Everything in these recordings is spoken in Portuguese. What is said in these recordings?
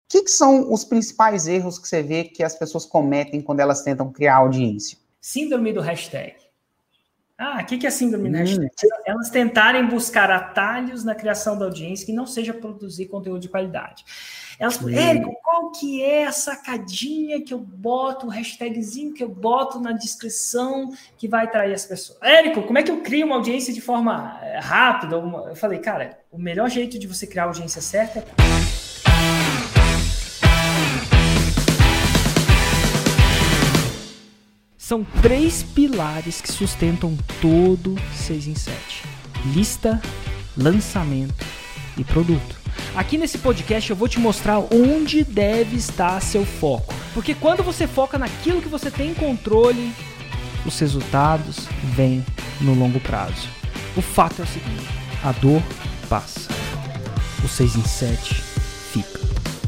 que são os principais erros que você vê que as pessoas cometem quando elas tentam criar audiência? Síndrome do hashtag. O que é síndrome do hashtag? Elas tentarem buscar atalhos na criação da audiência que não seja produzir conteúdo de qualidade. Elas falam, Érico, qual que é a sacadinha que eu boto, o hashtagzinho que eu boto na descrição que vai atrair as pessoas? Érico, como é que eu crio uma audiência de forma rápida? Eu falei, cara, o melhor jeito de você criar a audiência certa é... São 3 pilares que sustentam todo 6 em 7. Lista, lançamento e produto. Aqui nesse podcast eu vou te mostrar onde deve estar seu foco. Porque quando você foca naquilo que você tem controle, os resultados vêm no longo prazo. O fato é o seguinte, a dor passa. O 6 em 7 fica.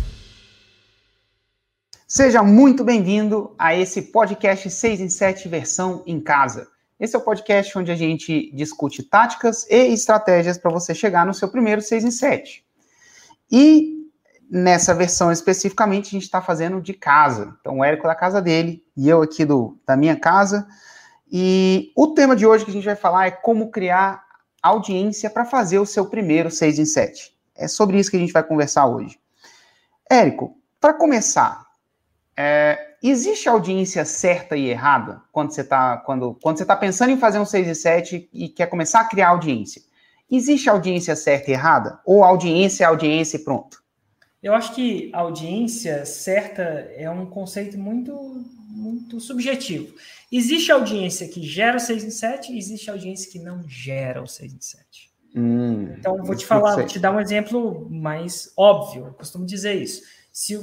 Seja muito bem-vindo a esse podcast 6 em 7 versão em casa. Esse é o podcast onde a gente discute táticas e estratégias para você chegar no seu primeiro 6 em 7. E nessa versão especificamente a gente está fazendo de casa. Então o Érico da casa dele e eu aqui da minha casa. E o tema de hoje que a gente vai falar é como criar audiência para fazer o seu primeiro 6 em 7. É sobre isso que a gente vai conversar hoje. Érico, para começar... existe audiência certa e errada quando você está pensando em fazer um 6 e 7 e quer começar a criar audiência? Existe audiência certa e errada? Ou audiência é audiência e pronto? Eu acho que audiência certa é um conceito muito, muito subjetivo. Existe audiência que gera o 6 em 7 e existe audiência que não gera o 6 em 7. Então, vou te dar um exemplo mais óbvio. Eu costumo dizer isso. Se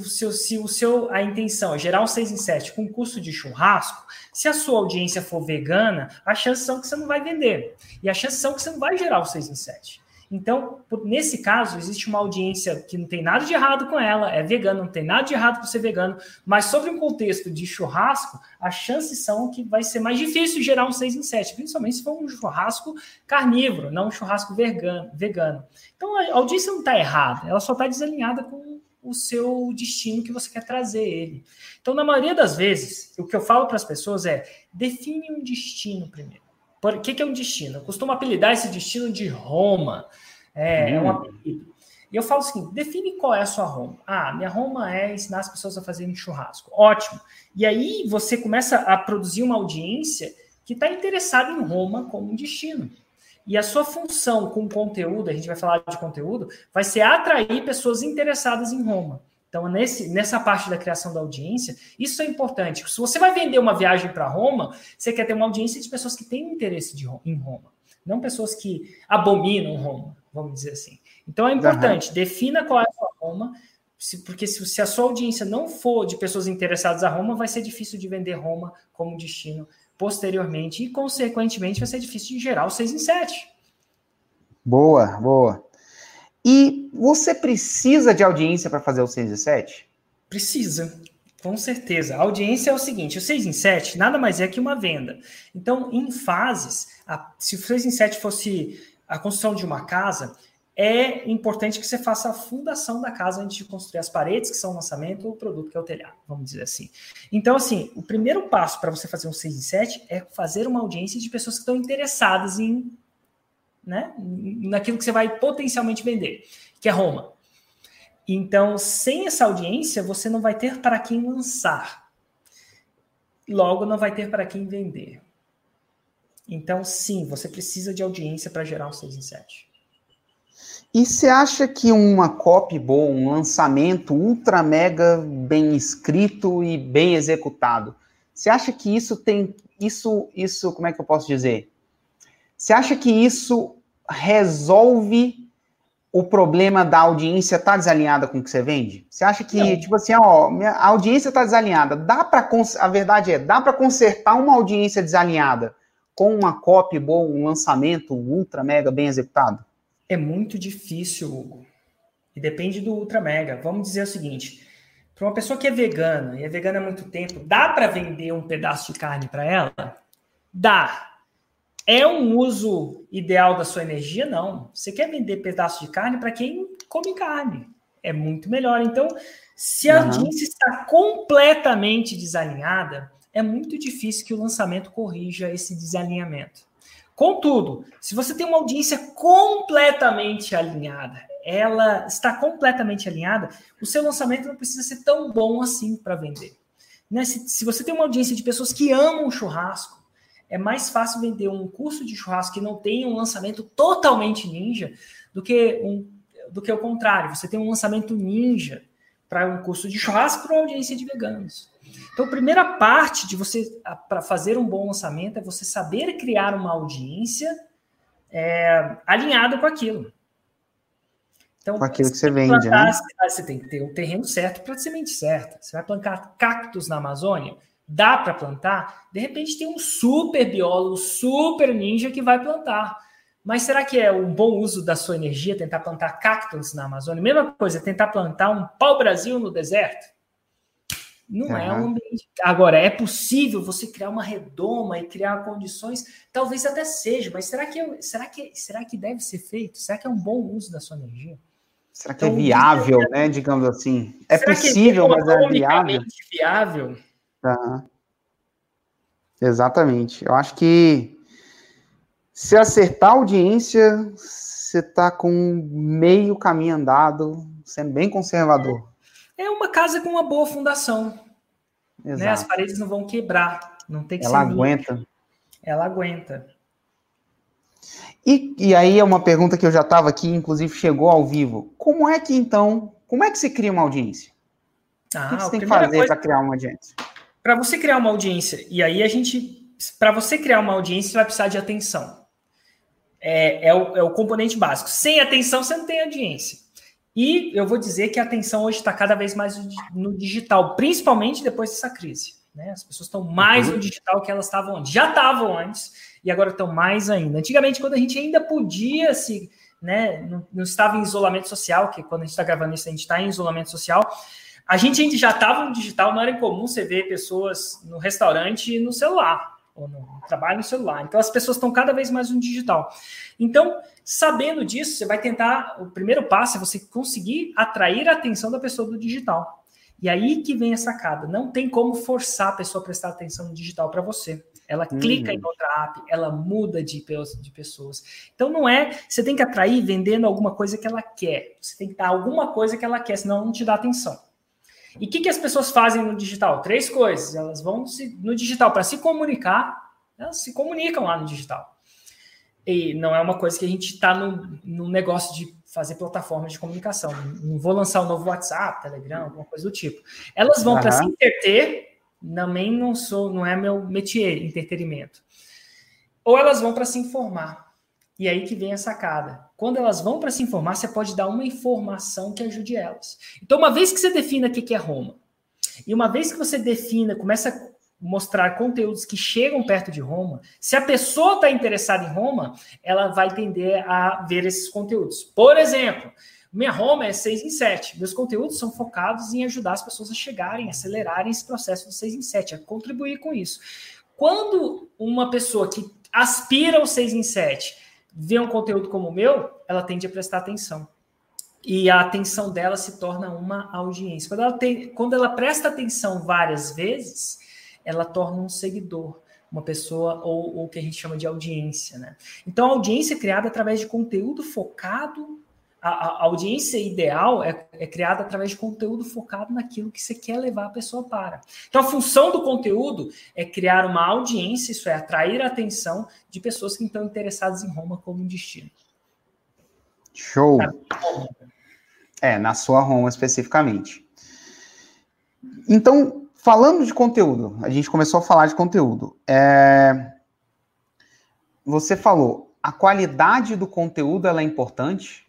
a intenção é gerar um 6 em 7 com custo de churrasco, se a sua audiência for vegana, as chances são que você não vai vender. E as chances são que você não vai gerar o 6 em 7. Então, nesse caso, existe uma audiência que não tem nada de errado com ela, é vegana, não tem nada de errado com ser vegano, mas sobre um contexto de churrasco, as chances são que vai ser mais difícil gerar um 6 em 7, principalmente se for um churrasco carnívoro, não um churrasco vegano. Então, a audiência não está errada, ela só está desalinhada com o seu destino que você quer trazer ele. Então, na maioria das vezes, o que eu falo para as pessoas é, define um destino primeiro. O que é um destino? Eu costumo apelidar esse destino de Roma. É um apelido. E eu falo o seguinte, define qual é a sua Roma. Minha Roma é ensinar as pessoas a fazerem churrasco. Ótimo. E aí você começa a produzir uma audiência que está interessada em Roma como um destino. E a sua função com conteúdo, a gente vai falar de conteúdo, vai ser atrair pessoas interessadas em Roma. Então, nessa parte da criação da audiência, isso é importante. Se você vai vender uma viagem para Roma, você quer ter uma audiência de pessoas que têm interesse em Roma, não pessoas que abominam Roma, vamos dizer assim. Então, é importante, defina qual é a sua Roma, porque se a sua audiência não for de pessoas interessadas a Roma, vai ser difícil de vender Roma como destino posteriormente e, consequentemente, vai ser difícil de gerar o 6 em 7. Boa. E você precisa de audiência para fazer o 6 em 7? Precisa, com certeza. A audiência é o seguinte, o 6 em 7 nada mais é que uma venda. Então, em fases, se o 6 em 7 fosse a construção de uma casa, é importante que você faça a fundação da casa antes de construir as paredes, que são o lançamento, ou o produto, que é o telhado, vamos dizer assim. Então, assim, o primeiro passo para você fazer um 6 em 7 é fazer uma audiência de pessoas que estão interessadas naquilo que você vai potencialmente vender, que é Roma. Então, sem essa audiência, você não vai ter para quem lançar. Logo, não vai ter para quem vender. Então, sim, você precisa de audiência para gerar um 6 em 7. E você acha que uma copy boa, um lançamento ultra mega bem escrito e bem executado, você acha que isso tem... Isso, como é que eu posso dizer? Você acha que isso resolve o problema da audiência estar desalinhada com o que você vende? Você acha que, tipo assim, a audiência está desalinhada, a verdade dá para consertar uma audiência desalinhada com uma copy boa, um lançamento ultra mega bem executado? É muito difícil, Hugo. E depende do ultra mega. Vamos dizer o seguinte, para uma pessoa que é vegana, e é vegana há muito tempo, dá para vender um pedaço de carne para ela? Dá. É um uso ideal da sua energia? Não. Você quer vender pedaço de carne para quem come carne. É muito melhor. Então, Se a audiência está completamente desalinhada, é muito difícil que o lançamento corrija esse desalinhamento. Contudo, se você tem uma audiência completamente alinhada, ela está completamente alinhada, o seu lançamento não precisa ser tão bom assim para vender. Né? Se você tem uma audiência de pessoas que amam churrasco, é mais fácil vender um curso de churrasco que não tem um lançamento totalmente ninja do que o contrário. Você tem um lançamento ninja para um curso de churrasco para uma audiência de veganos. Então, a primeira parte de você, para fazer um bom lançamento, é você saber criar uma audiência alinhada com aquilo. Então, com aquilo que você vende, né? Você tem que ter um terreno certo para a semente certa. Você vai plantar cactos na Amazônia? Dá para plantar? De repente tem um super biólogo, super ninja que vai plantar. Mas será que é um bom uso da sua energia tentar plantar cactos na Amazônia? Mesma coisa, tentar plantar um pau-brasil no deserto? Não é um ambiente. Agora, é possível você criar uma redoma e criar condições? Talvez até seja, mas será que deve ser feito? Será que é um bom uso da sua energia? Será que é viável, né? Digamos assim. É possível, mas é viável? Exatamente. Eu acho que se acertar a audiência, você está com meio caminho andado, sendo bem conservador. É uma casa com uma boa fundação. Né? As paredes não vão quebrar. Não tem que ser. Ela aguenta. E aí é uma pergunta que eu já estava aqui, inclusive chegou ao vivo. Como é que se cria uma audiência? O que você tem que fazer para criar uma audiência? Para você criar uma audiência, e aí para você criar uma audiência, você vai precisar de atenção. É o componente básico. Sem atenção, você não tem audiência. E eu vou dizer que a atenção hoje está cada vez mais no digital, principalmente depois dessa crise. Né? As pessoas estão mais no digital que elas estavam antes. Já estavam antes e agora estão mais ainda. Antigamente, quando a gente ainda podia não estava em isolamento social, que quando a gente está gravando isso, a gente está em isolamento social, a gente ainda já estava no digital, não era incomum você ver pessoas no restaurante e no celular, ou no trabalho no celular. Então, as pessoas estão cada vez mais no digital. Então, sabendo disso, você vai tentar, o primeiro passo é você conseguir atrair a atenção da pessoa do digital. E aí que vem a sacada. Não tem como forçar a pessoa a prestar atenção no digital para você. Ela clica em outra app, ela muda de pessoas. Então, não é... Você tem que atrair vendendo alguma coisa que ela quer. Você tem que dar alguma coisa que ela quer, senão não te dá atenção. E o que as pessoas fazem no digital? 3 coisas. Elas vão no digital para se comunicar, elas se comunicam lá no digital. E não é uma coisa que a gente está no negócio de fazer plataformas de comunicação. Não vou lançar um novo WhatsApp, Telegram, alguma coisa do tipo. Elas vão para se entreter, também não é meu métier, entretenimento. Ou elas vão para se informar. E aí que vem a sacada. Quando elas vão para se informar, você pode dar uma informação que ajude elas. Então, uma vez que você defina o que é Roma, e uma vez que você defina, começa a mostrar conteúdos que chegam perto de Roma, se a pessoa está interessada em Roma, ela vai tender a ver esses conteúdos. Por exemplo, minha Roma é 6 em 7. Meus conteúdos são focados em ajudar as pessoas a chegarem, acelerarem esse processo do 6 em 7, a contribuir com isso. Quando uma pessoa que aspira ao 6 em 7 vê um conteúdo como o meu, ela tende a prestar atenção. E a atenção dela se torna uma audiência. Quando ela presta atenção várias vezes, ela torna um seguidor, uma pessoa, ou o que a gente chama de audiência. Né? Então, a audiência é criada através de conteúdo focado. A audiência ideal é criada através de conteúdo focado naquilo que você quer levar a pessoa para. Então, a função do conteúdo é criar uma audiência, isso é, atrair a atenção de pessoas que estão interessadas em Roma como um destino. Show! Na sua Roma especificamente. Então, falando de conteúdo, a gente começou a falar de conteúdo. Você falou, a qualidade do conteúdo ela é importante.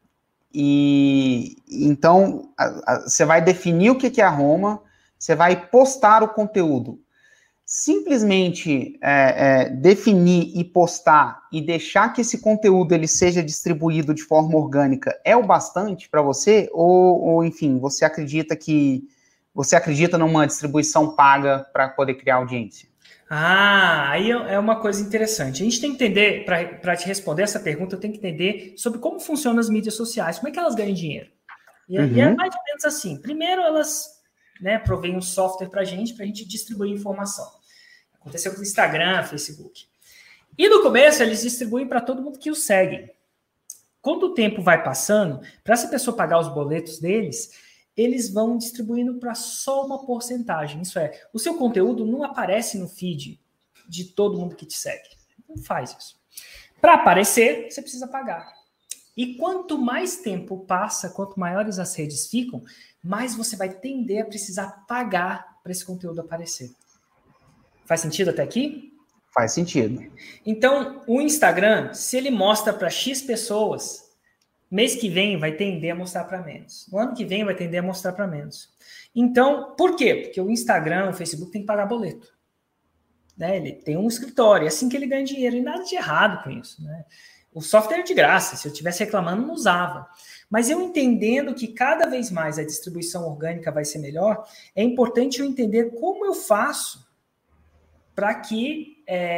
E então você vai definir o que é a Roma, você vai postar o conteúdo. Simplesmente definir e postar e deixar que esse conteúdo ele seja distribuído de forma orgânica é o bastante para você? Ou enfim, você acredita numa distribuição paga para poder criar audiência? Aí é uma coisa interessante. A gente tem que entender, para te responder essa pergunta, eu tenho que entender sobre como funcionam as mídias sociais, como é que elas ganham dinheiro. E é mais ou menos assim. Primeiro, elas, né, provêm um software para a gente distribuir informação. Aconteceu com o Instagram, Facebook. E no começo, eles distribuem para todo mundo que os segue. Quando o tempo vai passando, para essa pessoa pagar os boletos deles, eles vão distribuindo para só uma porcentagem. Isso é, o seu conteúdo não aparece no feed de todo mundo que te segue. Não faz isso. Para aparecer, você precisa pagar. E quanto mais tempo passa, quanto maiores as redes ficam, mais você vai tender a precisar pagar para esse conteúdo aparecer. Faz sentido até aqui? Faz sentido. Então, o Instagram, se ele mostra para X pessoas, mês que vem vai tender a mostrar para menos. No ano que vem vai tender a mostrar para menos. Então, por quê? Porque o Instagram, o Facebook tem que pagar boleto. Né? Ele tem um escritório, é assim que ele ganha dinheiro. E nada de errado com isso. Né? O software é de graça. Se eu estivesse reclamando, não usava. Mas eu entendendo que cada vez mais a distribuição orgânica vai ser melhor, é importante eu entender como eu faço para que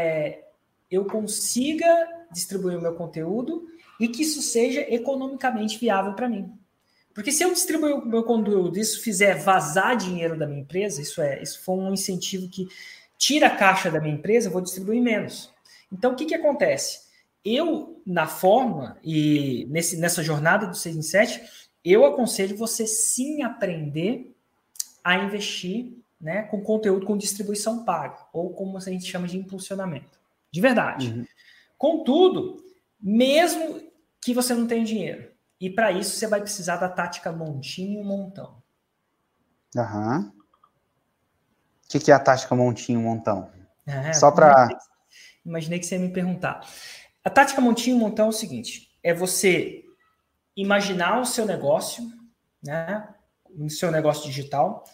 eu consiga distribuir o meu conteúdo e que isso seja economicamente viável para mim. Porque se eu distribuir o meu conteúdo e isso fizer vazar dinheiro da minha empresa, isso for um incentivo que tira a caixa da minha empresa, eu vou distribuir menos. Então, o que acontece? Eu, na forma e nessa jornada do 6 em 7, eu aconselho você sim aprender a investir, né, com conteúdo com distribuição paga, ou como a gente chama de impulsionamento. De verdade. Contudo, mesmo que você não tenha dinheiro, e para isso você vai precisar da tática montinho e montão. O que é a tática montinho e montão? Só para... Imaginei que você ia me perguntar. A tática montinho e montão é o seguinte, é você imaginar o seu negócio, né, o seu negócio digital,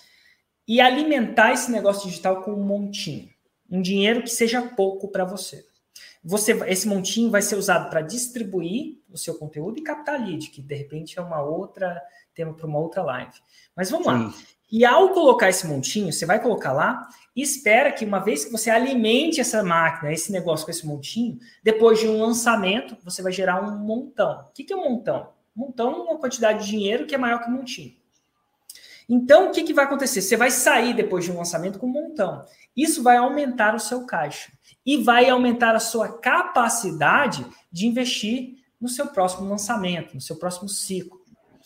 e alimentar esse negócio digital com um montinho. Um dinheiro que seja pouco para você. Esse montinho vai ser usado para distribuir o seu conteúdo e captar lead, que de repente é tema para uma outra live. Mas vamos lá. E ao colocar esse montinho, você vai colocar lá e espera que uma vez que você alimente essa máquina, esse negócio com esse montinho, depois de um lançamento, você vai gerar um montão. O que é um montão? Montão é uma quantidade de dinheiro que é maior que um montinho. Então, o que vai acontecer? Você vai sair depois de um lançamento com um montão. Isso vai aumentar o seu caixa e vai aumentar a sua capacidade de investir no seu próximo lançamento, no seu próximo ciclo.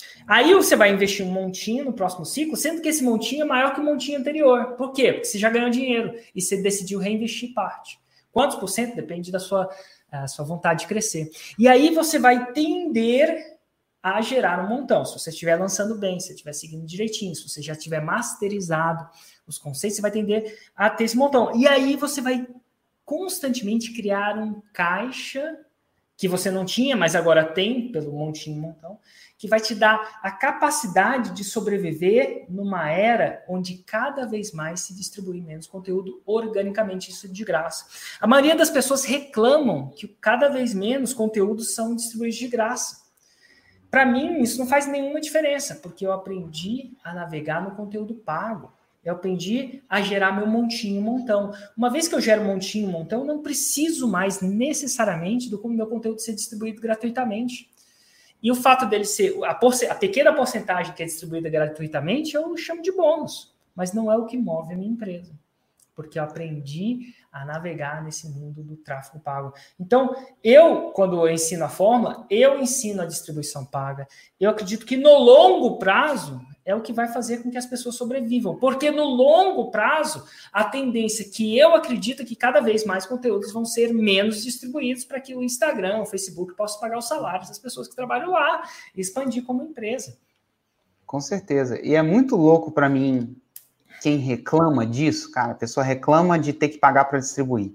Aí você vai investir um montinho no próximo ciclo, sendo que esse montinho é maior que o montinho anterior. Por quê? Porque você já ganhou dinheiro e você decidiu reinvestir parte. Quantos por cento? Depende da sua vontade de crescer. E aí você vai tender a gerar um montão. Se você estiver lançando bem, se você estiver seguindo direitinho, se você já tiver masterizado os conceitos, você vai tender a ter esse montão. E aí você vai constantemente criar um caixa que você não tinha, mas agora tem, pelo montinho montão, que vai te dar a capacidade de sobreviver numa era onde cada vez mais se distribui menos conteúdo organicamente, isso de graça. A maioria das pessoas reclamam que cada vez menos conteúdos são distribuídos de graça. Para mim, isso não faz nenhuma diferença, porque eu aprendi a navegar no conteúdo pago. Eu aprendi a gerar meu montinho, montão. Uma vez que eu gero montinho, montão, eu não preciso mais necessariamente do meu conteúdo ser distribuído gratuitamente. E o fato dele ser a pequena porcentagem que é distribuída gratuitamente, eu chamo de bônus. Mas não é o que move a minha empresa. Porque eu aprendi a navegar nesse mundo do tráfego pago. Então, quando eu ensino a fórmula, eu ensino a distribuição paga. Eu acredito que no longo prazo é o que vai fazer com que as pessoas sobrevivam. Porque no longo prazo, a tendência que eu acredito é que cada vez mais conteúdos vão ser menos distribuídos para que o Instagram, o Facebook possa pagar os salários das pessoas que trabalham lá e expandir como empresa. Com certeza. E é muito louco para mim quem reclama disso, cara. A pessoa reclama de ter que pagar para distribuir.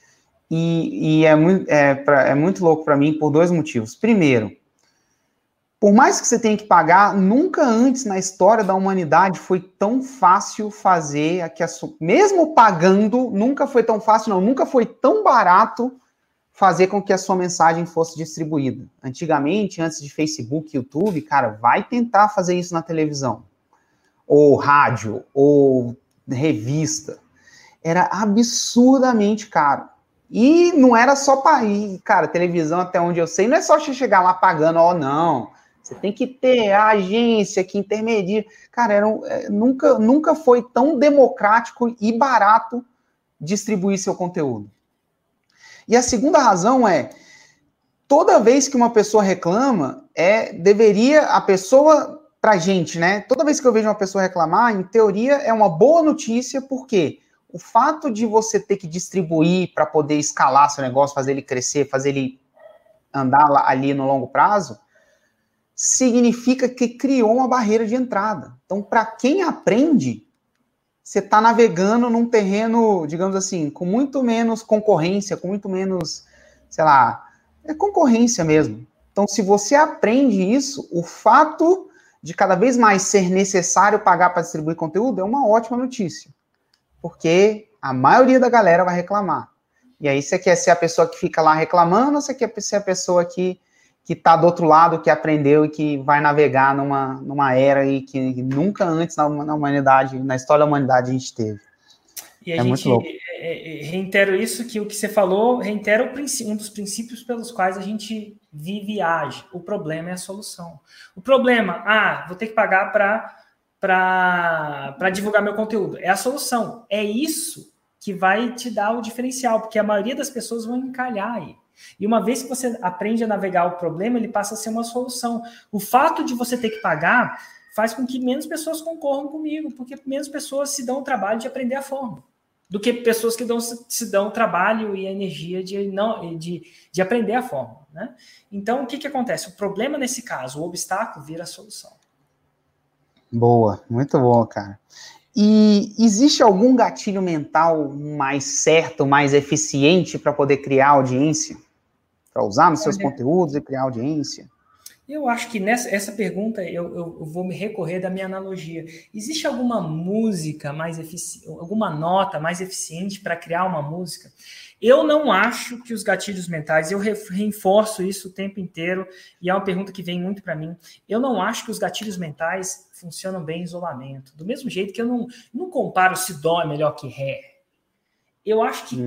E é muito louco para mim por dois motivos. Primeiro, por mais que você tenha que pagar, nunca antes na história da humanidade foi tão fácil fazer, mesmo pagando, nunca foi tão fácil, não, nunca foi tão barato fazer com que a sua mensagem fosse distribuída. Antigamente, antes de Facebook, YouTube, cara, vai tentar fazer isso na televisão, ou rádio, ou revista. Era absurdamente caro. E não era só para ir, cara, televisão, até onde eu sei, não é só você chegar lá pagando, não. Você tem que ter a agência que intermedia. Cara, nunca foi tão democrático e barato distribuir seu conteúdo. E a segunda razão é, toda vez que uma pessoa reclama, deveria a pessoa, pra gente, né? Toda vez que eu vejo uma pessoa reclamar, em teoria é uma boa notícia, porque o fato de você ter que distribuir para poder escalar seu negócio, fazer ele crescer, fazer ele andar ali no longo prazo, significa que criou uma barreira de entrada. Então, para quem aprende, você está navegando num terreno, digamos assim, com muito menos concorrência, com muito menos, sei lá, concorrência mesmo. Então, se você aprende isso, o fato de cada vez mais ser necessário pagar para distribuir conteúdo é uma ótima notícia. Porque a maioria da galera vai reclamar. E aí você quer ser a pessoa que fica lá reclamando, ou você quer ser a pessoa que está do outro lado, que aprendeu e que vai navegar numa era e que nunca antes na humanidade, na história da humanidade, a gente teve. E a gente reitero isso, que o que você falou, reitera um dos princípios pelos quais a gente vive e age. O problema é a solução. O problema, vou ter que pagar para divulgar meu conteúdo. É a solução. É isso que vai te dar o diferencial, porque a maioria das pessoas vão encalhar aí. E uma vez que você aprende a navegar o problema, ele passa a ser uma solução. O fato de você ter que pagar faz com que menos pessoas concorram comigo, porque menos pessoas se dão o trabalho de aprender a forma, do que pessoas que se dão o trabalho e a energia de aprender a forma, né? Então, o que acontece? O problema nesse caso, o obstáculo vira a solução. Boa, muito bom, cara. E existe algum gatilho mental mais certo, mais eficiente para poder criar audiência? Para usar nos seus conteúdos e criar audiência? Eu acho que essa pergunta eu vou me recorrer da minha analogia. Existe alguma música mais eficiente, alguma nota mais eficiente para criar uma música? Eu não acho que os gatilhos mentais, eu reforço isso o tempo inteiro, e é uma pergunta que vem muito para mim, eu não acho que os gatilhos mentais funcionam bem em isolamento. Do mesmo jeito que eu não comparo se dó é melhor que ré. Eu acho que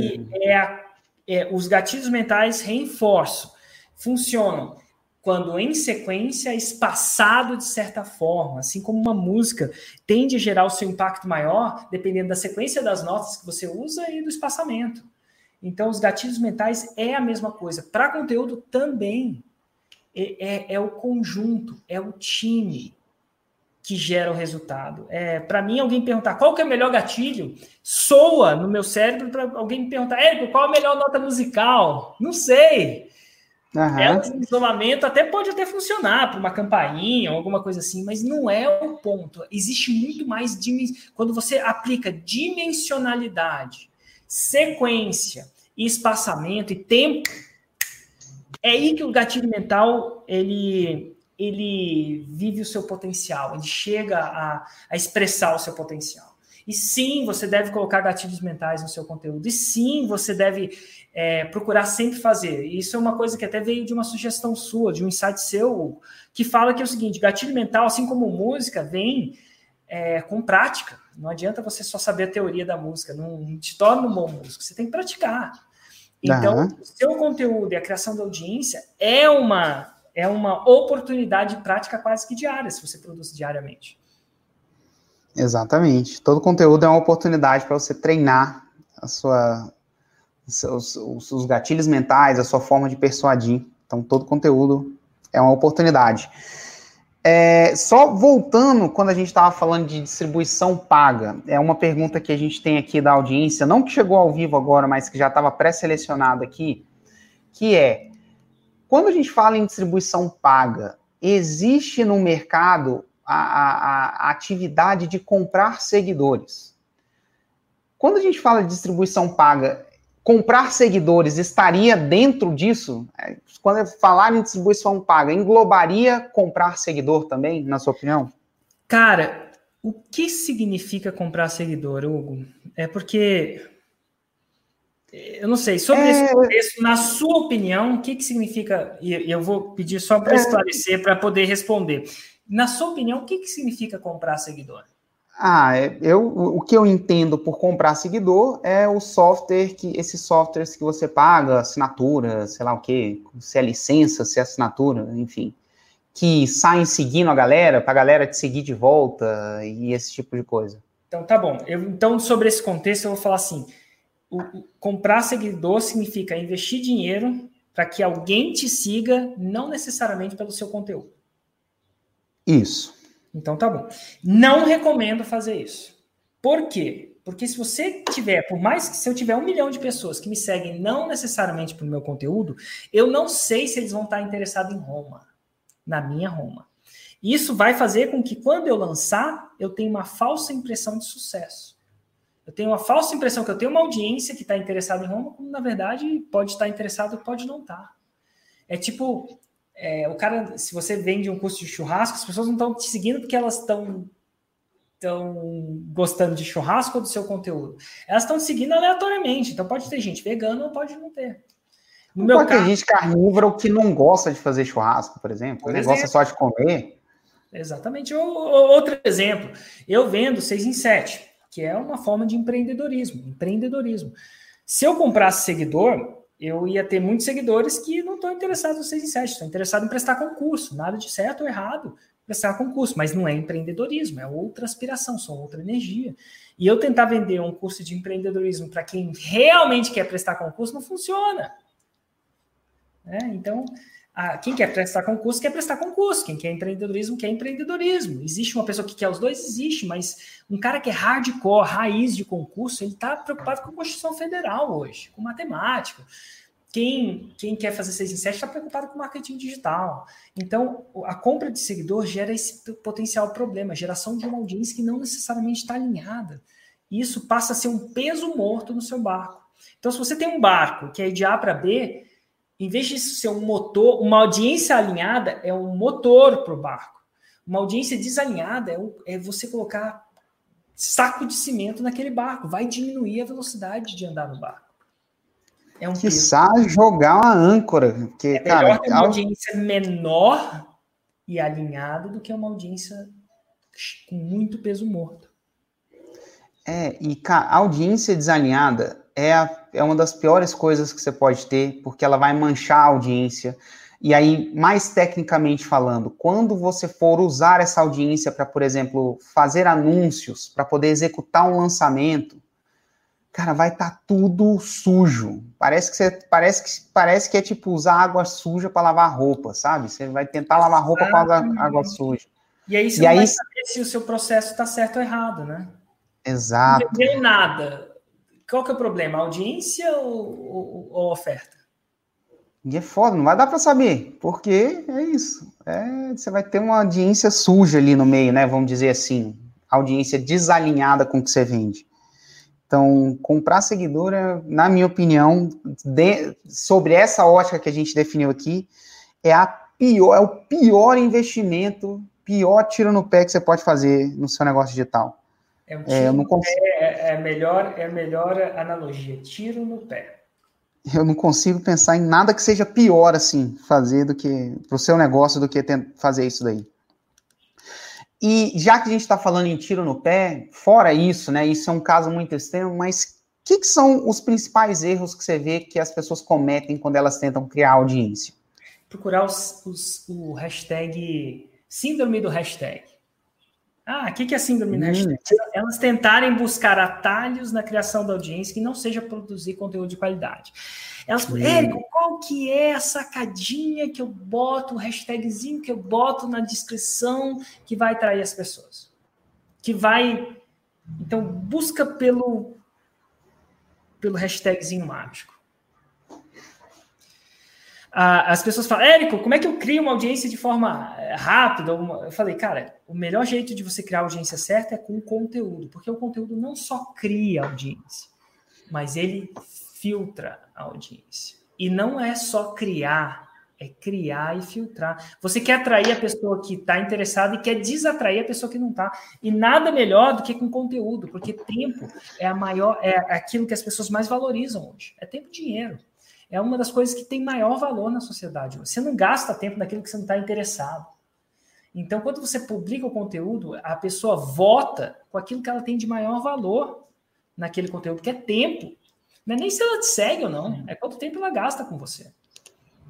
os gatilhos mentais, reforço, funcionam quando em sequência, espaçado de certa forma, assim como uma música tende a gerar o seu impacto maior, dependendo da sequência das notas que você usa e do espaçamento. Então, os gatilhos mentais é a mesma coisa. Para conteúdo também. É o conjunto, é o time que gera o resultado. Para mim, alguém perguntar qual que é o melhor gatilho, soa no meu cérebro para alguém me perguntar, Érico, qual a melhor nota musical? Não sei. Elas em isolamento pode até funcionar para uma campainha ou alguma coisa assim, mas não é o ponto. Existe muito mais quando você aplica dimensionalidade, sequência, espaçamento e tempo, é aí que o gatilho mental ele vive o seu potencial, ele chega a expressar o seu potencial. E sim, você deve colocar gatilhos mentais no seu conteúdo. E sim, você deve procurar sempre fazer. E isso é uma coisa que até veio de uma sugestão sua, de um insight seu, que fala que é o seguinte, gatilho mental, assim como música, vem com prática. Não adianta você só saber a teoria da música, não te torna um bom músico, você tem que praticar. Então, o seu conteúdo e a criação da audiência é uma oportunidade de prática quase que diária, se você produz diariamente. Exatamente. Todo conteúdo é uma oportunidade para você treinar os gatilhos mentais, a sua forma de persuadir. Então, todo conteúdo é uma oportunidade. Só voltando, quando a gente estava falando de distribuição paga, é uma pergunta que a gente tem aqui da audiência, não que chegou ao vivo agora, mas que já estava pré-selecionada aqui, que quando a gente fala em distribuição paga, existe no mercado a atividade de comprar seguidores. Quando a gente fala de distribuição paga, comprar seguidores estaria dentro disso? Quando falar em distribuição paga, englobaria comprar seguidor também, na sua opinião? Cara, o que significa comprar seguidor, Hugo? É porque, eu não sei, sobre esse contexto, na sua opinião, o que significa, e eu vou pedir só para esclarecer, para poder responder. Na sua opinião, o que significa comprar seguidor? O que eu entendo por comprar seguidor é o software, esses softwares que você paga, assinatura, sei lá o quê, se é licença, se é assinatura, enfim, que saem seguindo a galera, para a galera te seguir de volta e esse tipo de coisa? Então, tá bom. Então, sobre esse contexto, eu vou falar assim, comprar seguidor significa investir dinheiro para que alguém te siga, não necessariamente pelo seu conteúdo. Isso. Então, tá bom. Não recomendo fazer isso. Por quê? Porque se você tiver, por mais que se eu tiver 1 milhão de pessoas que me seguem não necessariamente pelo meu conteúdo, eu não sei se eles vão estar interessados em Roma, na minha Roma. Isso vai fazer com que quando eu lançar, eu tenha uma falsa impressão de sucesso. Eu tenho uma falsa impressão que eu tenho uma audiência que está interessada em Roma, como na verdade pode estar interessado, pode não estar. É tipo, o cara, se você vende um curso de churrasco, as pessoas não estão te seguindo porque elas estão gostando de churrasco ou do seu conteúdo. Elas estão seguindo aleatoriamente. Então pode ter gente vegana ou pode não ter. No meu caso, ter gente carnívora que não gosta de fazer churrasco, por exemplo. Gosta só de comer. Exatamente. Outro exemplo. Eu vendo 6 em 7, que é uma forma de empreendedorismo. Se eu comprasse seguidor, eu ia ter muitos seguidores que não estão interessados no 6 em 7, estão interessados em prestar concurso. Nada de certo ou errado prestar concurso, mas não é empreendedorismo, é outra aspiração, só outra energia. E eu tentar vender um curso de empreendedorismo para quem realmente quer prestar concurso não funciona. Então, quem quer prestar concurso, quer prestar concurso. Quem quer empreendedorismo. Existe uma pessoa que quer os dois? Existe, mas um cara que é hardcore, raiz de concurso, ele está preocupado com a Constituição Federal hoje, com matemática. Quem quer fazer 6 em 7 está preocupado com marketing digital. Então, a compra de seguidor gera esse potencial problema, geração de uma audiência que não necessariamente está alinhada. E isso passa a ser um peso morto no seu barco. Então, se você tem um barco que é de A para B, em vez de ser um motor, uma audiência alinhada é um motor para o barco. Uma audiência desalinhada é você colocar saco de cimento naquele barco. Vai diminuir a velocidade de andar no barco. É um quiçá jogar uma âncora. Porque, é melhor ter uma audiência menor e alinhada do que uma audiência com muito peso morto. A audiência desalinhada é uma das piores coisas que você pode ter, porque ela vai manchar a audiência. E aí, mais tecnicamente falando, quando você for usar essa audiência para, por exemplo, fazer anúncios, para poder executar um lançamento, cara, vai estar tudo sujo. Parece que é tipo usar água suja para lavar roupa, sabe? Você vai tentar lavar roupa com água suja. E aí você não vai saber se o seu processo está certo ou errado, né? Exato. Não vendeu nada. Qual que é o problema? Audiência ou oferta? E é foda, não vai dar para saber, porque é isso. Você vai ter uma audiência suja ali no meio, né? Vamos dizer assim. Audiência desalinhada com o que você vende. Então, comprar seguidor, na minha opinião, sobre essa ótica que a gente definiu aqui, é o pior investimento, pior tiro no pé que você pode fazer no seu negócio digital. É a melhor analogia, tiro no pé. Eu não consigo pensar em nada que seja pior, assim, fazer do que para o seu negócio do que fazer isso daí. E já que a gente está falando em tiro no pé, fora isso, né? Isso é um caso muito extremo, mas o que são os principais erros que você vê que as pessoas cometem quando elas tentam criar audiência? Procurar o hashtag, síndrome do hashtag. O que é síndrome do hashtag? Elas tentarem buscar atalhos na criação da audiência que não seja produzir conteúdo de qualidade. Elas falam, Érico, qual que é a sacadinha que eu boto, o hashtagzinho que eu boto na descrição que vai atrair as pessoas? Então, busca pelo hashtagzinho mágico. As pessoas falam, Érico, como é que eu crio uma audiência de forma rápida? Eu falei, cara, o melhor jeito de você criar a audiência certa é com o conteúdo, porque o conteúdo não só cria audiência, mas ele filtra a audiência. E não é só criar, é criar e filtrar. Você quer atrair a pessoa que está interessada e quer desatrair a pessoa que não está. E nada melhor do que com conteúdo, porque tempo é aquilo que as pessoas mais valorizam hoje. É tempo e dinheiro. É uma das coisas que tem maior valor na sociedade. Você não gasta tempo naquilo que você não está interessado. Então, quando você publica o conteúdo, a pessoa vota com aquilo que ela tem de maior valor naquele conteúdo, que é tempo. Não é nem se ela te segue ou não, é quanto tempo ela gasta com você.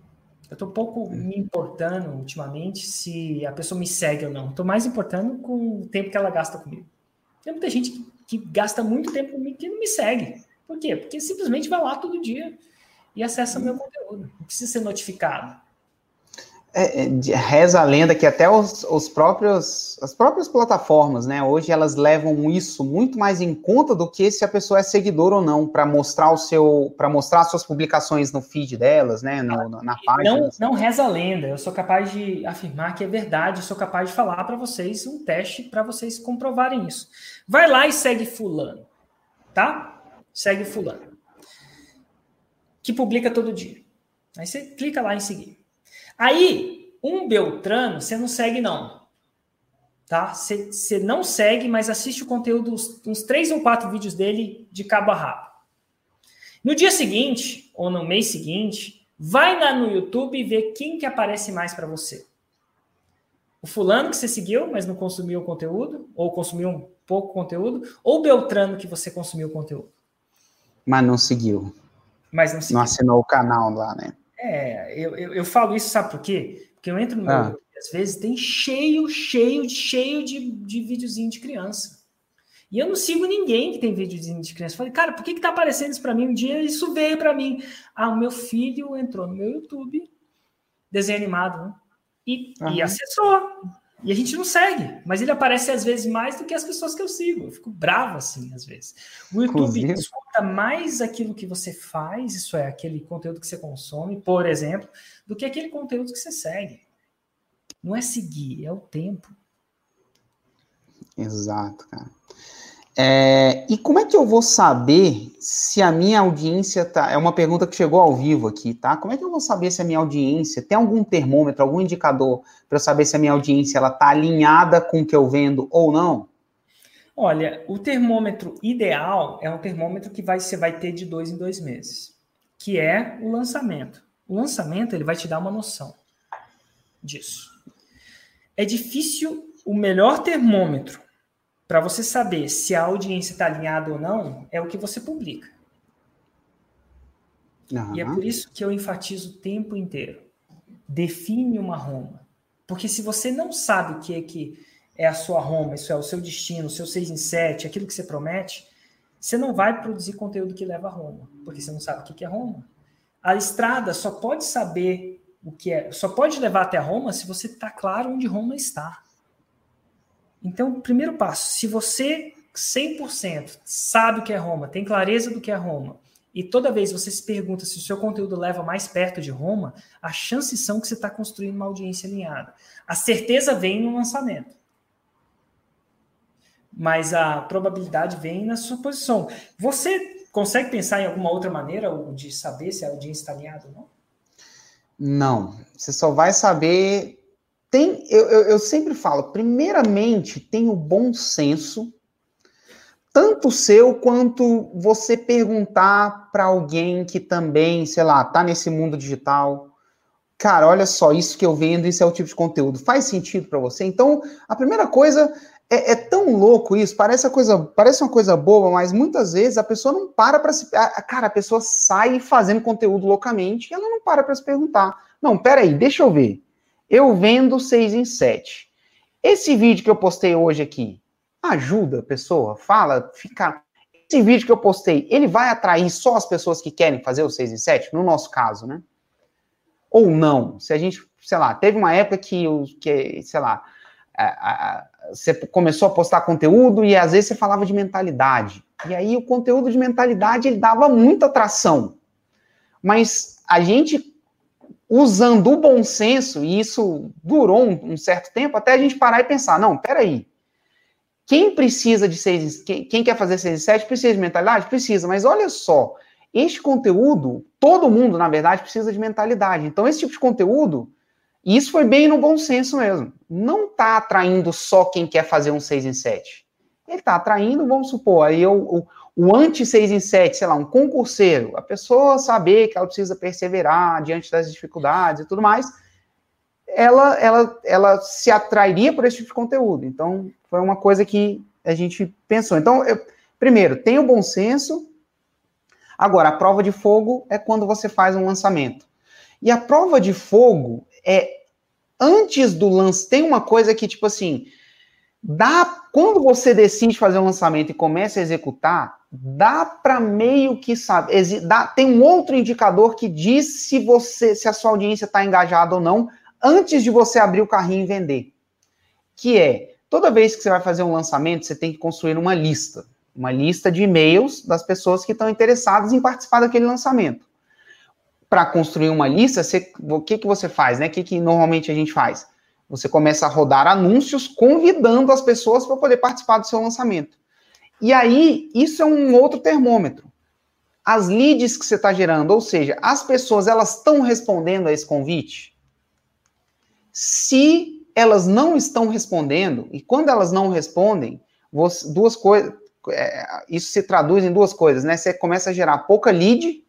Eu estou pouco me importando ultimamente se a pessoa me segue ou não. Estou mais importando com o tempo que ela gasta comigo. Tem muita gente que gasta muito tempo comigo que não me segue. Por quê? Porque simplesmente vai lá todo dia e acessa meu conteúdo. Não precisa ser notificado. Reza a lenda que até as próprias plataformas, né, hoje elas levam isso muito mais em conta do que se a pessoa é seguidor ou não, para mostrar as suas publicações no feed delas, né, na página. Não reza a lenda, eu sou capaz de afirmar que é verdade, eu sou capaz de falar para vocês um teste para vocês comprovarem isso. Vai lá e segue fulano, tá? Segue fulano, que publica todo dia. Aí você clica lá em seguir. Aí, um Beltrano, você não segue não, tá? Você não segue, mas assiste o conteúdo, uns 3 ou 4 vídeos dele de cabo a rabo. No dia seguinte, ou no mês seguinte, vai lá no YouTube e vê quem que aparece mais para você. O fulano que você seguiu, mas não consumiu o conteúdo, ou consumiu um pouco conteúdo, ou o Beltrano que você consumiu o conteúdo. Mas não seguiu. Não assinou o canal lá, né? Eu falo isso, sabe por quê? Porque eu entro no meu YouTube, às vezes tem cheio de videozinho de criança. E eu não sigo ninguém que tem videozinho de criança. Eu falei, cara, por que tá aparecendo isso pra mim? Um dia isso veio pra mim. O meu filho entrou no meu YouTube, desenho animado, né? E acessou. E a gente não segue, mas ele aparece às vezes mais do que as pessoas que eu sigo. Eu fico bravo assim, às vezes. O YouTube escuta mais aquilo que você faz, isso é, aquele conteúdo que você consome, por exemplo, do que aquele conteúdo que você segue. Não é seguir, é o tempo. Exato, cara. E como é que eu vou saber se a minha audiência tá... É uma pergunta que chegou ao vivo aqui, tá? Como é que eu vou saber se a minha audiência... Tem algum termômetro, algum indicador para eu saber se a minha audiência ela tá alinhada com o que eu vendo ou não? Olha, o termômetro ideal é um termômetro que você vai ter de 2 em 2 meses, que é o lançamento. O lançamento ele vai te dar uma noção disso. É difícil, o melhor termômetro para você saber se a audiência está alinhada ou não, é o que você publica. E é por isso que eu enfatizo o tempo inteiro. Define uma Roma. Porque se você não sabe o que é a sua Roma, isso é o seu destino, o seu 6 em 7, aquilo que você promete, você não vai produzir conteúdo que leva a Roma. Porque você não sabe o que é Roma. A estrada só pode saber o que é, só pode levar até a Roma se você está claro onde Roma está. Então, primeiro passo, se você 100% sabe o que é Roma, tem clareza do que é Roma, e toda vez você se pergunta se o seu conteúdo leva mais perto de Roma, as chances são que você está construindo uma audiência alinhada. A certeza vem no lançamento. Mas a probabilidade vem na sua posição. Você consegue pensar em alguma outra maneira de saber se a audiência está alinhada ou não? Não. Você só vai saber... Eu sempre falo, primeiramente, tem o bom senso, tanto seu quanto você perguntar para alguém que também, sei lá, tá nesse mundo digital. Cara, olha só, isso que eu vendo, isso é o tipo de conteúdo. Faz sentido para você? Então, a primeira coisa é tão louco isso, parece uma coisa boba, mas muitas vezes a pessoa não para se... Cara, a pessoa sai fazendo conteúdo loucamente e ela não para se perguntar. Não, peraí, deixa eu ver. Eu vendo 6 em 7. Esse vídeo que eu postei hoje aqui, ajuda a pessoa? Esse vídeo que eu postei, ele vai atrair só as pessoas que querem fazer o 6 em 7? No nosso caso, né? Ou não? Se a gente, sei lá, teve uma época que sei lá, você começou a postar conteúdo e às vezes você falava de mentalidade. E aí o conteúdo de mentalidade, ele dava muita atração. Mas a gente... usando o bom senso, e isso durou um certo tempo, até a gente parar e pensar, não, peraí, quem precisa de 6, quem quer fazer 6 em 7 precisa de mentalidade? Precisa, mas olha só, este conteúdo, todo mundo, na verdade, precisa de mentalidade. Então, esse tipo de conteúdo, e isso foi bem no bom senso mesmo, não está atraindo só quem quer fazer um 6 em 7. Ele está atraindo, vamos supor, aí o anti-6 em 7, sei lá, um concurseiro, a pessoa saber que ela precisa perseverar diante das dificuldades e tudo mais, ela se atrairia por esse tipo de conteúdo. Então, foi uma coisa que a gente pensou. Então, primeiro, tem o bom senso. Agora, a prova de fogo é quando você faz um lançamento. E a prova de fogo antes do lance, tem uma coisa que, tipo assim, quando você decide fazer um lançamento e começa a executar, dá para meio que saber, tem um outro indicador que diz se a sua audiência está engajada ou não, antes de você abrir o carrinho e vender. Que toda vez que você vai fazer um lançamento, você tem que construir uma lista de e-mails das pessoas que estão interessadas em participar daquele lançamento. Para construir uma lista, o que você faz, né? O que normalmente a gente faz? Você começa a rodar anúncios convidando as pessoas para poder participar do seu lançamento. E aí, isso é um outro termômetro. As leads que você está gerando, ou seja, as pessoas, elas estão respondendo a esse convite? Se elas não estão respondendo, e quando elas não respondem, duas coisas, isso se traduz em duas coisas, né? Você começa a gerar pouca lead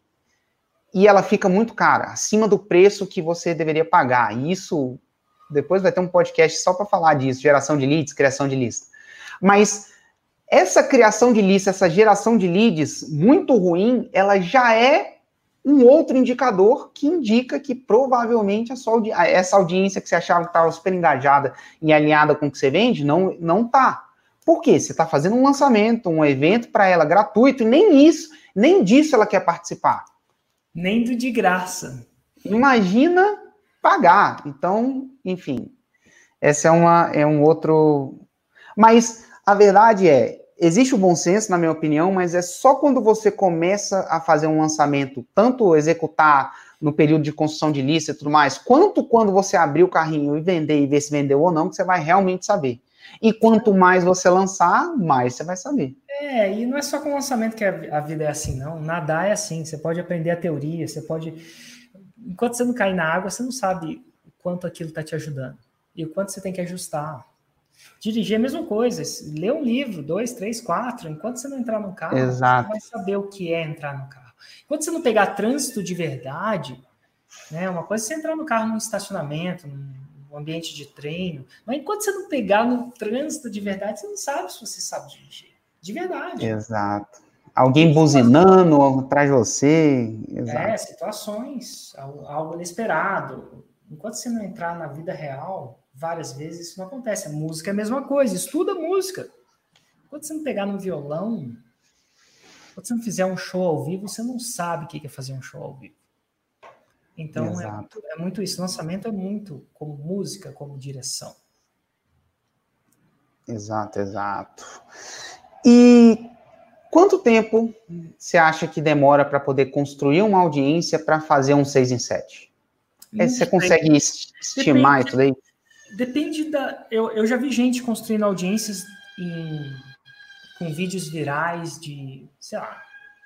e ela fica muito cara, acima do preço que você deveria pagar. E isso, depois vai ter um podcast só para falar disso, geração de leads, criação de lista. Mas essa criação de lista, essa geração de leads muito ruim, ela já é um outro indicador que indica que provavelmente essa audiência que você achava que estava super engajada e alinhada com o que você vende, não está. Por quê? Você está fazendo um lançamento, um evento para ela gratuito, e nem disso ela quer participar. Nem do de graça. Imagina pagar. Então, enfim, essa é um outro... Mas a verdade existe o bom senso, na minha opinião, mas é só quando você começa a fazer um lançamento, tanto executar no período de construção de lista e tudo mais, quanto quando você abrir o carrinho e vender e ver se vendeu ou não, que você vai realmente saber. E quanto mais você lançar, mais você vai saber. E não é só com o lançamento que a vida é assim, não. Nadar é assim, você pode aprender a teoria, você pode... Enquanto você não cair na água, você não sabe o quanto aquilo está te ajudando. E o quanto você tem que ajustar. Dirigir é a mesma coisa. Ler um livro, 2, 3, 4, enquanto você não entrar no carro, Exato. você vai saber o que é entrar no carro. Enquanto você não pegar trânsito de verdade, né, uma coisa é você entrar no carro num estacionamento, num ambiente de treino, mas enquanto você não pegar no trânsito de verdade, você não sabe se você sabe dirigir. De verdade. Exato. Alguém buzinando atrás de você. Exato. Situações, algo inesperado. Enquanto você não entrar na vida real, várias vezes isso não acontece. A música é a mesma coisa, estuda música. Enquanto você não pegar no violão, quando você não fizer um show ao vivo, você não sabe o que é fazer um show ao vivo. Então, é muito isso. Lançamento é muito como música, como direção. Exato. E quanto tempo você acha que demora para poder construir uma audiência para fazer um 6 em 7? Você consegue estimar isso daí? Depende eu já vi gente construindo audiências com vídeos virais de, sei lá,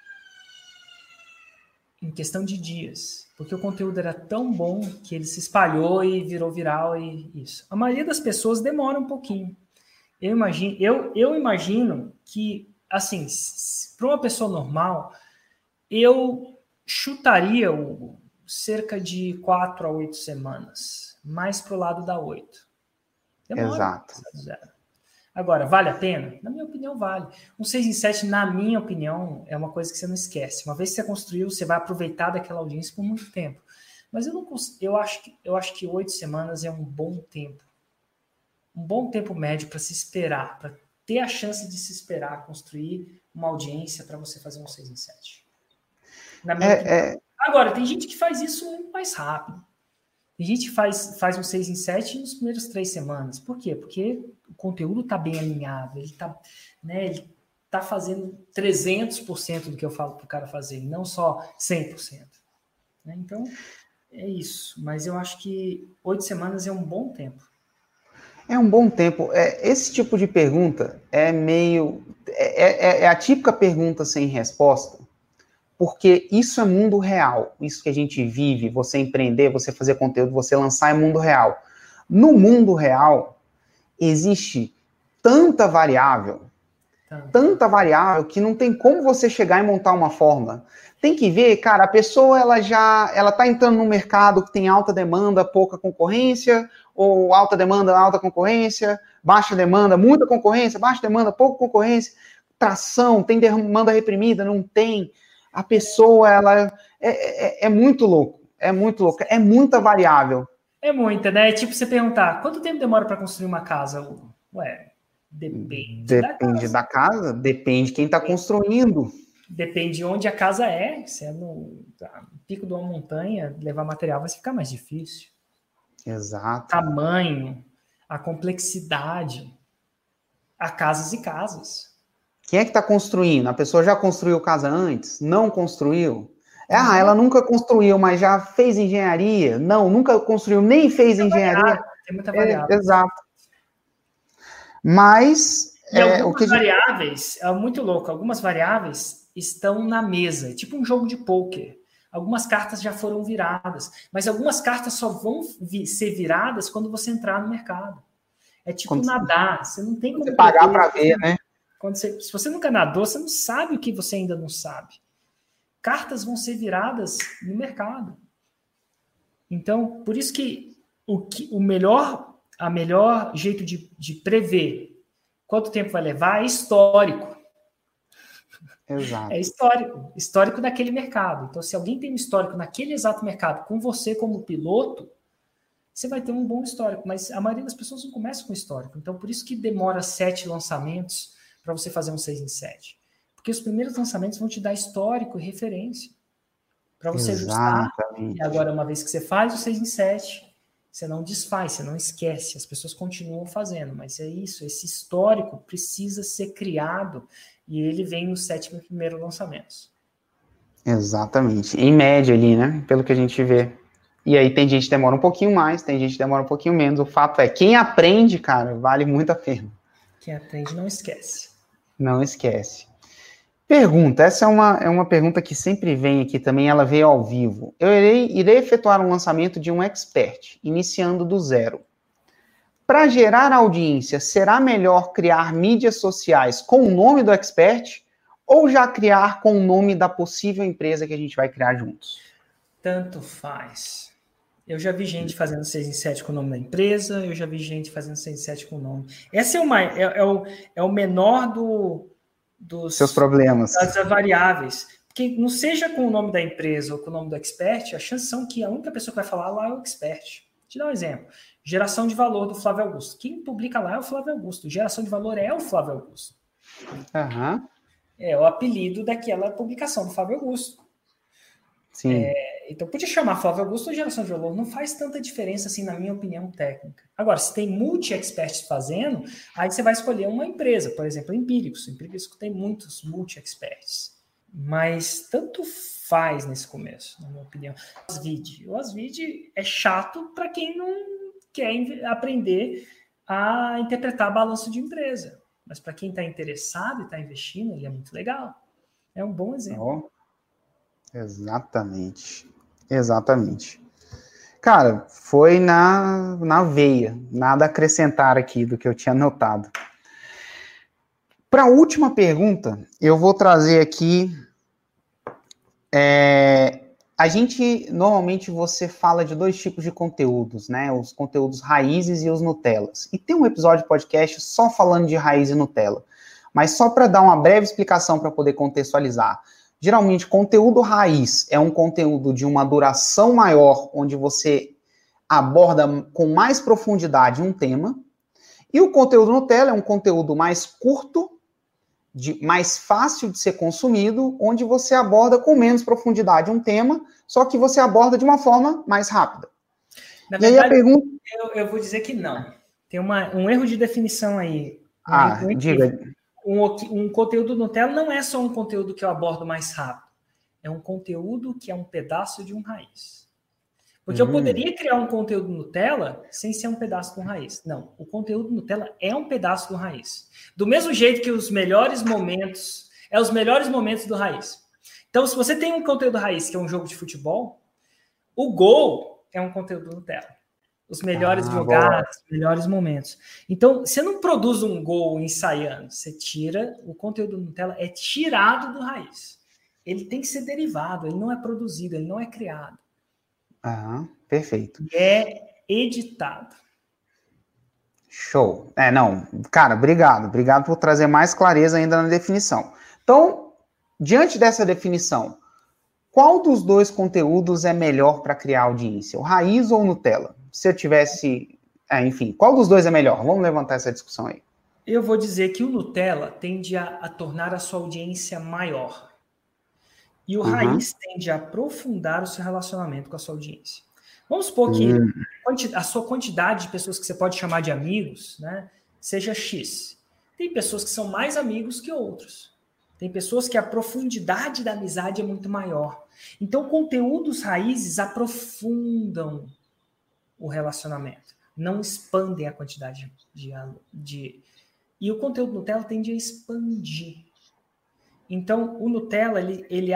em questão de dias. Porque o conteúdo era tão bom que ele se espalhou e virou viral e isso. A maioria das pessoas demora um pouquinho. Eu imagino que, assim, para uma pessoa normal, eu chutaria cerca de 4 a 8 semanas, mais para o lado da 8. Demora. Exato. Agora, vale a pena? Na minha opinião, vale. Um 6 em 7, na minha opinião, é uma coisa que você não esquece. Uma vez que você construiu, você vai aproveitar daquela audiência por muito tempo. Mas eu acho que 8 semanas é um bom tempo. Um bom tempo médio para se esperar, para ter a chance de se esperar, construir uma audiência para você fazer um 6 em 7. Na minha opinião. Agora, tem gente que faz isso muito mais rápido. Tem gente que faz um 6 em 7 nos primeiros 3 semanas. Por quê? Porque o conteúdo está bem alinhado, ele está fazendo 300% do que eu falo para o cara fazer, não só 100%. Né? Então, é isso. Mas eu acho que 8 semanas é um bom tempo. É um bom tempo. Esse tipo de pergunta é a típica pergunta sem resposta, porque isso é mundo real. Isso que a gente vive, você empreender, você fazer conteúdo, você lançar, é mundo real. No mundo real, existe tanta variável que não tem como você chegar e montar uma fórmula. Tem que ver, cara, a pessoa ela tá entrando num mercado que tem alta demanda, pouca concorrência, ou alta demanda, alta concorrência, baixa demanda, muita concorrência, baixa demanda, pouca concorrência, tração, tem demanda reprimida, não tem. A pessoa, ela é muito louco. É muito louco. É muita variável. É muita, né? É tipo você perguntar, quanto tempo demora para construir uma casa? Ué, depende da Depende casa. da casa, depende de quem está construindo. Depende de onde a casa é. Se é no pico de uma montanha, levar material vai ficar mais difícil. Exato. Tamanho, a complexidade. Há casas e casas. Quem é que está construindo? A pessoa já construiu casa antes? Não construiu? Ela nunca construiu, mas já fez engenharia? Não, nunca construiu, nem fez engenharia. Tem muita variável. Exato. Mas e algumas variáveis, é muito louco, algumas variáveis estão na mesa, tipo um jogo de pôquer. Algumas cartas já foram viradas, mas algumas cartas só vão ser viradas quando você entrar no mercado. É tipo nadar, você não tem como você pagar para ver, né? Se você nunca nadou, você não sabe o que você ainda não sabe. Cartas vão ser viradas no mercado. Então, por isso que o melhor jeito de prever quanto tempo vai levar é histórico. Exato. É histórico daquele mercado. Então, se alguém tem um histórico naquele exato mercado, com você como piloto, você vai ter um bom histórico, mas a maioria das pessoas não começa com histórico. Então, por isso que demora 7 lançamentos para você fazer um 6 em 7. Porque os primeiros lançamentos vão te dar histórico e referência para você ajustar. E agora, uma vez que você faz o 6 em 7, você não desfaz, você não esquece. As pessoas continuam fazendo, mas é isso. Esse histórico precisa ser criado e ele vem nos 7 primeiros lançamentos. Exatamente. Em média ali, né? Pelo que a gente vê. E aí tem gente que demora um pouquinho mais, tem gente que demora um pouquinho menos. O fato é, quem aprende, cara, vale muito a pena. Quem aprende não esquece. Não esquece. Pergunta, essa é uma pergunta que sempre vem aqui também, ela veio ao vivo. Eu irei efetuar um lançamento de um expert, iniciando do zero. Para gerar audiência, será melhor criar mídias sociais com o nome do expert ou já criar com o nome da possível empresa que a gente vai criar juntos? Tanto faz. Eu já vi gente fazendo 6 em 7 com o nome da empresa, eu já vi gente fazendo 6 em 7 com o nome. Esse é o menor dos seus problemas. Das variáveis. Porque não seja com o nome da empresa ou com o nome do expert, a chance são que a única pessoa que vai falar lá é o expert. Vou te dar um exemplo. Geração de valor do Flávio Augusto. Quem publica lá é o Flávio Augusto. Geração de valor é o Flávio Augusto. Uhum. É o apelido daquela publicação do Flávio Augusto. Sim. Então, podia chamar Flávio Augusto ou geração de valor. Não faz tanta diferença, assim, na minha opinião técnica. Agora, se tem multi-experts fazendo, aí você vai escolher uma empresa. Por exemplo, Empíricos. Empíricos tem muitos multi-experts. Mas tanto faz nesse começo, na minha opinião. O Asvide é chato para quem não quer aprender a interpretar balanço de empresa. Mas para quem está interessado e está investindo, ele é muito legal. É um bom exemplo. Exatamente. Cara, foi na veia. Nada a acrescentar aqui do que eu tinha notado. Para a última pergunta, eu vou trazer aqui... Normalmente você fala de 2 tipos de conteúdos, né? Os conteúdos raízes e os Nutellas. E tem um episódio de podcast só falando de raiz e Nutella. Mas só para dar uma breve explicação para poder contextualizar. Geralmente, conteúdo raiz é um conteúdo de uma duração maior, onde você aborda com mais profundidade um tema. E o conteúdo Nutella é um conteúdo mais curto, mais fácil de ser consumido, onde você aborda com menos profundidade um tema, só que você aborda de uma forma mais rápida. Na verdade, aí a pergunta... eu vou dizer que não. Tem um erro de definição aí. Diga. Um conteúdo Nutella não é só um conteúdo que eu abordo mais rápido. É um conteúdo que é um pedaço de um raiz. Porque eu poderia criar um conteúdo Nutella sem ser um pedaço de um raiz. Não, o conteúdo Nutella é um pedaço do raiz. Do mesmo jeito que os melhores momentos do raiz. Então, se você tem um conteúdo raiz, que é um jogo de futebol, o gol é um conteúdo Nutella. Os melhores jogadas, os melhores momentos. Então, você não produz um gol ensaiando. Você tira, o conteúdo Nutella é tirado do raiz. Ele tem que ser derivado, ele não é produzido, ele não é criado. Perfeito. E é editado. Show. Cara, obrigado. Obrigado por trazer mais clareza ainda na definição. Então, diante dessa definição, qual dos dois conteúdos é melhor para criar audiência? O Raiz ou o Nutella? Se eu tivesse... enfim, qual dos dois é melhor? Vamos levantar essa discussão aí. Eu vou dizer que o Nutella tende a tornar a sua audiência maior. E o Raiz tende a aprofundar o seu relacionamento com a sua audiência. Vamos supor que a sua quantidade de pessoas que você pode chamar de amigos, né, seja X. Tem pessoas que são mais amigos que outros. Tem pessoas que a profundidade da amizade é muito maior. Então, conteúdos raízes aprofundam o relacionamento. Não expandem a quantidade de... E o conteúdo Nutella tende a expandir. Então, o Nutella, ele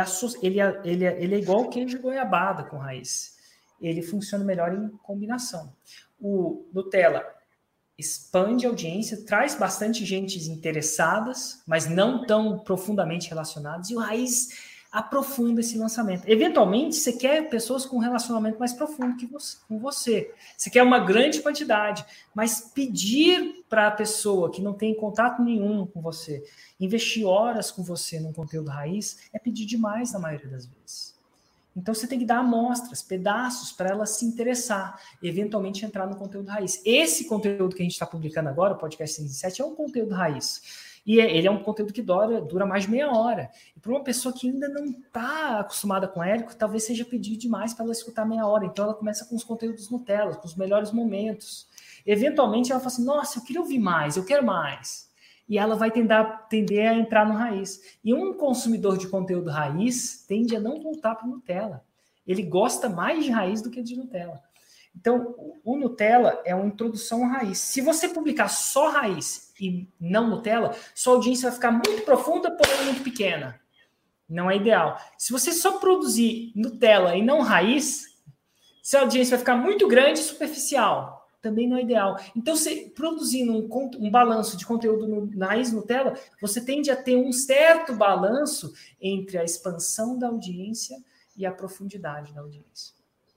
é igual o queijo goiabada com raiz. Ele funciona melhor em combinação. O Nutella expande a audiência, traz bastante gente interessadas, mas não tão profundamente relacionadas, e o Raiz aprofunda esse lançamento. Eventualmente, você quer pessoas com um relacionamento mais profundo com você. Você quer uma grande quantidade, mas pedir para a pessoa que não tem contato nenhum com você, investir horas com você num conteúdo raiz, é pedir demais na maioria das vezes. Então, você tem que dar amostras, pedaços, para ela se interessar, eventualmente entrar no conteúdo raiz. Esse conteúdo que a gente está publicando agora, o Podcast 107, é um conteúdo raiz. E ele é um conteúdo que dura mais de meia hora. E para uma pessoa que ainda não está acostumada com Érico, talvez seja pedir demais para ela escutar meia hora. Então, ela começa com os conteúdos Nutella, com os melhores momentos. Eventualmente, ela fala assim, nossa, eu queria ouvir mais, eu quero mais. E ela vai tender a entrar no raiz. E um consumidor de conteúdo raiz tende a não voltar para o Nutella. Ele gosta mais de raiz do que de Nutella. Então, o Nutella é uma introdução à raiz. Se você publicar só raiz e não Nutella, sua audiência vai ficar muito profunda, porém muito pequena. Não é ideal. Se você só produzir Nutella e não raiz, sua audiência vai ficar muito grande e superficial. Também não é ideal. Então, você produzindo um balanço de conteúdo na raiz Nutella, você tende a ter um certo balanço entre a expansão da audiência e a profundidade da audiência.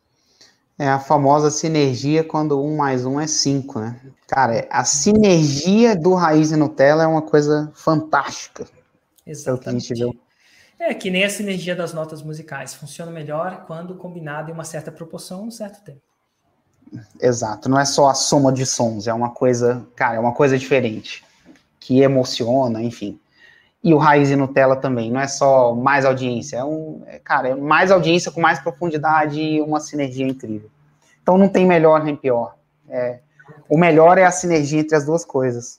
É a famosa sinergia quando 1 mais 1 é 5, né? Cara, a sinergia do Raiz e Nutella é uma coisa fantástica. Exatamente. É o que a gente viu. É que nem a sinergia das notas musicais. Funciona melhor quando combinado em uma certa proporção, um certo tempo. Exato. Não é só a soma de sons. É uma coisa, cara, é uma coisa diferente. Que emociona, enfim. E o Raiz e Nutella também. Não é só mais audiência. É mais audiência com mais profundidade e uma sinergia incrível. Então não tem melhor nem pior. O melhor é a sinergia entre as duas coisas.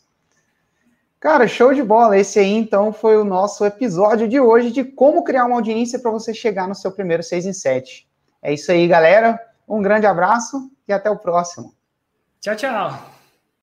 Cara, show de bola. Esse aí, então, foi o nosso episódio de hoje de como criar uma audiência para você chegar no seu primeiro 6 em 7. É isso aí, galera. Um grande abraço e até o próximo. Tchau, tchau.